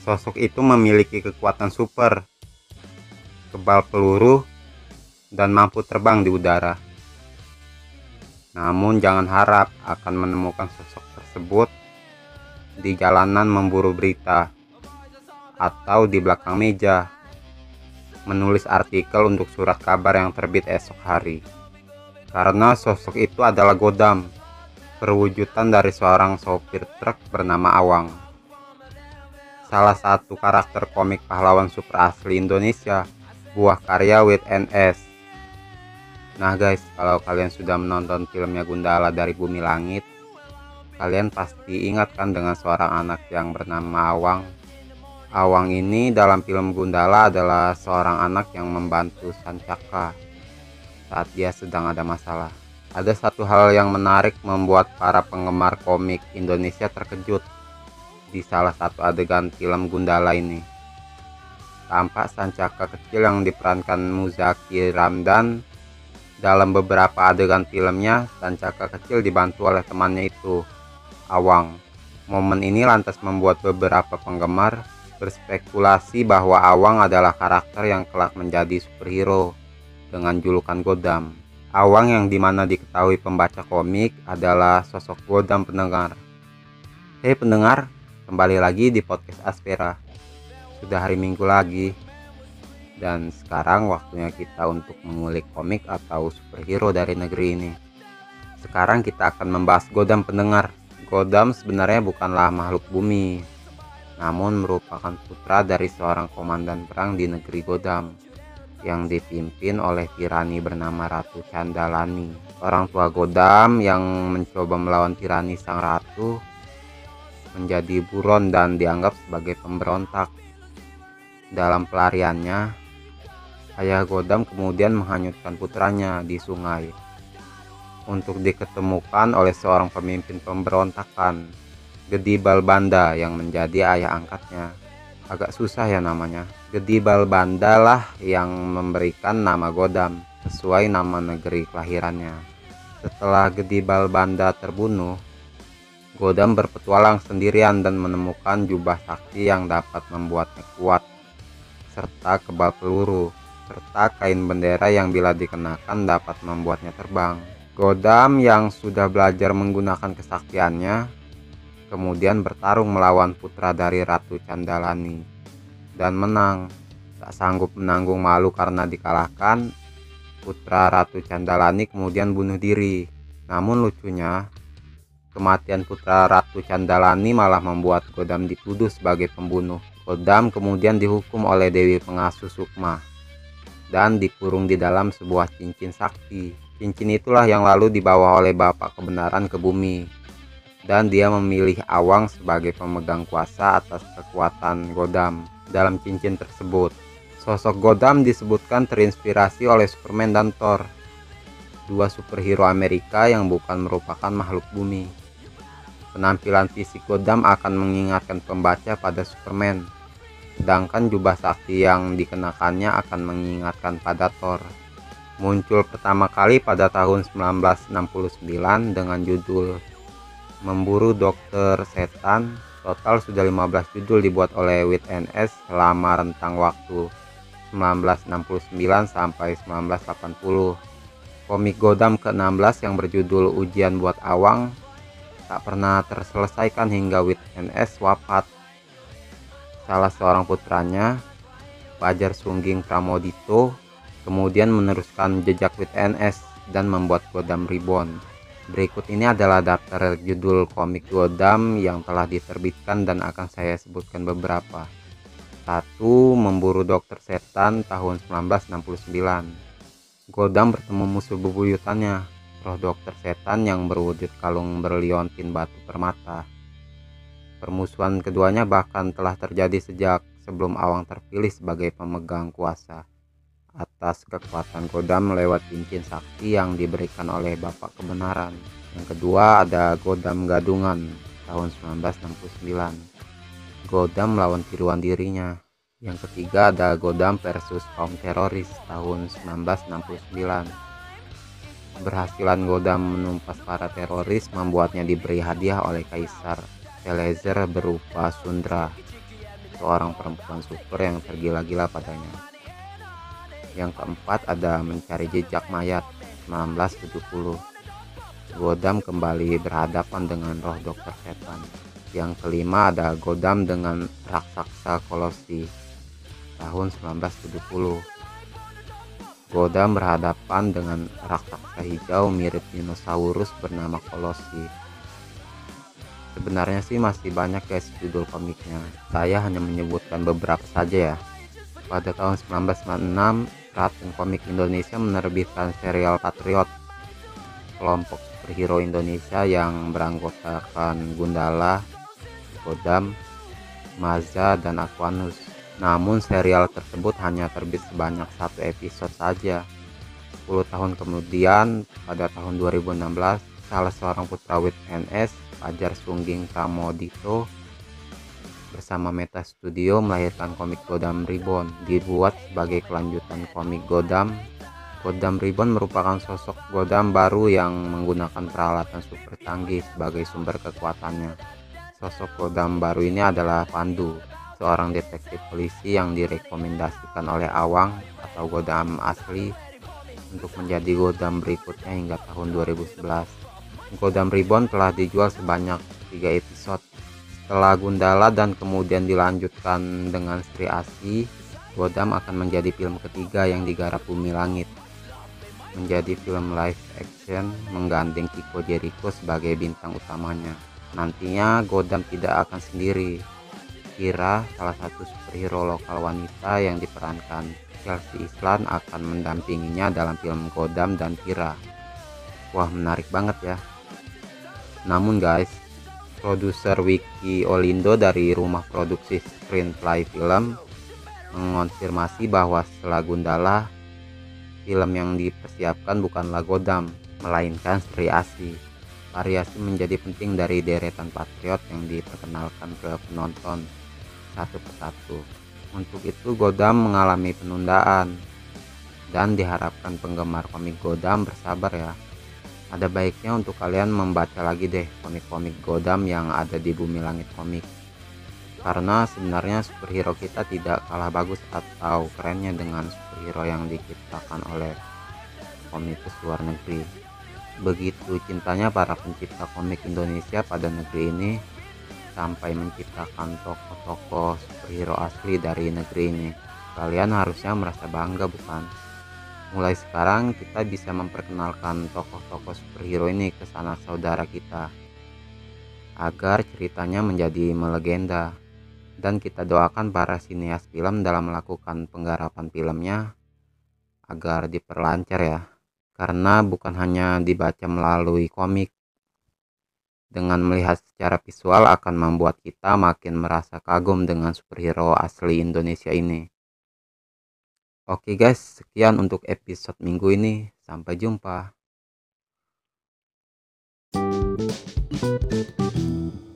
Sosok itu memiliki kekuatan super, kebal peluru, dan mampu terbang di udara. Namun jangan harap akan menemukan sosok tersebut di jalanan memburu berita atau di belakang meja menulis artikel untuk surat kabar yang terbit esok hari. Karena sosok itu adalah Godam, perwujudan dari seorang sopir truk bernama Awang. Salah satu karakter komik pahlawan super asli Indonesia, buah karya WitNS. Nah guys, kalau kalian sudah menonton filmnya Gundala dari Bumi Langit, kalian pasti ingat kan dengan seorang anak yang bernama Awang. Awang ini dalam film Gundala adalah seorang anak yang membantu Sancaka saat dia sedang ada masalah. Ada satu hal yang menarik membuat para penggemar komik Indonesia terkejut di salah satu adegan film Gundala ini. Tampak Sancaka kecil yang diperankan Muzaki Ramdan. Dalam beberapa adegan filmnya, Sancaka kecil dibantu oleh temannya itu, Awang. Momen ini lantas membuat beberapa penggemar berspekulasi bahwa Awang adalah karakter yang kelak menjadi superhero dengan julukan Godam. Awang yang dimana diketahui pembaca komik adalah sosok Godam pendengar. Hei pendengar, kembali lagi di podcast Aspera. Sudah hari Minggu lagi, dan sekarang waktunya kita untuk mengulik komik atau superhero dari negeri ini. Sekarang kita akan membahas Godam pendengar. Godam sebenarnya bukanlah makhluk bumi, namun merupakan putra dari seorang komandan perang di negeri Godam yang dipimpin oleh tirani bernama Ratu Candalani. Orang tua Godam yang mencoba melawan tirani sang ratu menjadi buron dan dianggap sebagai pemberontak. Dalam pelariannya, ayah Godam kemudian menghanyutkan putranya di sungai untuk diketemukan oleh seorang pemimpin pemberontakan, Gedi Balbanda, yang menjadi ayah angkatnya. Agak susah ya namanya. Gedi Balbanda lah yang memberikan nama Godam sesuai nama negeri kelahirannya. Setelah Gedi Balbanda terbunuh, Godam berpetualang sendirian dan menemukan jubah sakti yang dapat membuatnya kuat, serta kebal peluru, serta kain bendera yang bila dikenakan dapat membuatnya terbang. Godam yang sudah belajar menggunakan kesaktiannya kemudian bertarung melawan putra dari Ratu Candalani dan menang. Tak sanggup menanggung malu karena dikalahkan, putra Ratu Candalani kemudian bunuh diri. Namun lucunya, kematian putra Ratu Candalani malah membuat Godam dituduh sebagai pembunuh. Godam kemudian dihukum oleh Dewi Pengasuh Sukma dan dikurung di dalam sebuah cincin sakti. Cincin itulah yang lalu dibawa oleh Bapak Kebenaran ke bumi, dan dia memilih Awang sebagai pemegang kuasa atas kekuatan Godam dalam cincin tersebut. Sosok Godam disebutkan terinspirasi oleh Superman dan Thor, dua superhero Amerika yang bukan merupakan makhluk bumi. Penampilan fisik Godam akan mengingatkan pembaca pada Superman, sedangkan jubah sakti yang dikenakannya akan mengingatkan pada Thor. Muncul pertama kali pada tahun 1969 dengan judul Memburu Dokter Setan. Total sudah 15 judul dibuat oleh WitNS selama rentang waktu 1969 sampai 1980. Komik Godam ke-16 yang berjudul Ujian Buat Awang tak pernah terselesaikan hingga WitNS wafat. Salah seorang putranya, Fajar Sungging Pramodito, kemudian meneruskan jejak WitNS dan membuat Godam Reborn. Berikut ini adalah daftar judul komik Godam yang telah diterbitkan dan akan saya sebutkan beberapa. 1. Memburu Dokter Setan tahun 1969. Godam bertemu musuh bebuyutannya, roh Dokter Setan yang berwujud kalung berliontin batu permata. Permusuhan keduanya bahkan telah terjadi sejak sebelum Awang terpilih sebagai pemegang kuasa atas kekuatan Godam lewat cincin sakti yang diberikan oleh Bapak Kebenaran. Yang kedua ada Godam Gadungan tahun 1969. Godam melawan tiruan dirinya. Yang ketiga ada Godam versus kaum teroris tahun 1969. Keberhasilan Godam menumpas para teroris membuatnya diberi hadiah oleh Kaisar Celezer berupa Sundra. seorang perempuan super yang tergila-gila padanya. Yang keempat ada Mencari Jejak Mayat 1970. Godam kembali berhadapan dengan roh Dokter Setan. Yang kelima ada Godam dengan Raksasa Kolosi tahun 1970. Godam berhadapan dengan raksasa hijau mirip dinosaurus bernama Kolosi. Sebenarnya sih masih banyak guys judul komiknya. Saya hanya menyebutkan beberapa saja ya. Pada tahun 1996, Kraton Komik Indonesia menerbitkan serial Patriot, kelompok superhero Indonesia yang beranggotakan Gundala, Godam, Maza, dan Aquanus. Namun serial tersebut hanya terbit sebanyak 1 episode saja. 10 tahun kemudian, pada tahun 2016, salah seorang putrawit NS, Fajar Sungging Pramodito, bersama Meta Studio melahirkan komik Godam Reborn. Dibuat sebagai kelanjutan komik Godam. Godam Reborn merupakan sosok Godam baru yang menggunakan peralatan super canggih sebagai sumber kekuatannya. Sosok Godam baru ini adalah Pandu, seorang detektif polisi yang direkomendasikan oleh Awang atau Godam asli untuk menjadi Godam berikutnya hingga tahun 2011. Godam Reborn telah dijual sebanyak 3 episode. Setelah Gundala dan kemudian dilanjutkan dengan Sri Asih, Godam akan menjadi film ketiga yang digarap Bumi Langit. Menjadi film live action menggandeng Chico Jericho sebagai bintang utamanya. Nantinya Godam tidak akan sendiri. Kira, salah satu superhero lokal wanita yang diperankan Chelsea Islan, akan mendampinginya dalam film Godam dan Kira. Wah, menarik banget ya. Namun guys, produser Wiki Olindo dari rumah produksi Screenplay Film mengonfirmasi bahwa setelah Gundala, film yang dipersiapkan bukanlah Godam, melainkan Sri Asih. Variasi menjadi penting dari deretan Patriot yang diperkenalkan ke penonton satu persatu. Untuk itu Godam mengalami penundaan dan diharapkan penggemar komik Godam bersabar ya. Ada baiknya untuk kalian membaca lagi deh komik-komik Godam yang ada di Bumi Langit Komik, karena sebenarnya superhero kita tidak kalah bagus atau kerennya dengan superhero yang diciptakan oleh komikus luar negeri. Begitu cintanya para pencipta komik Indonesia pada negeri ini sampai menciptakan tokoh-tokoh superhero asli dari negeri ini. Kalian harusnya merasa bangga, bukan? Mulai sekarang kita bisa memperkenalkan tokoh-tokoh superhero ini ke sanak saudara kita agar ceritanya menjadi melegenda. Dan kita doakan para sineas film dalam melakukan penggarapan filmnya agar diperlancar ya, karena bukan hanya dibaca melalui komik. Dengan melihat secara visual akan membuat kita makin merasa kagum dengan superhero asli Indonesia ini. Oke guys, sekian untuk episode minggu ini. Sampai jumpa.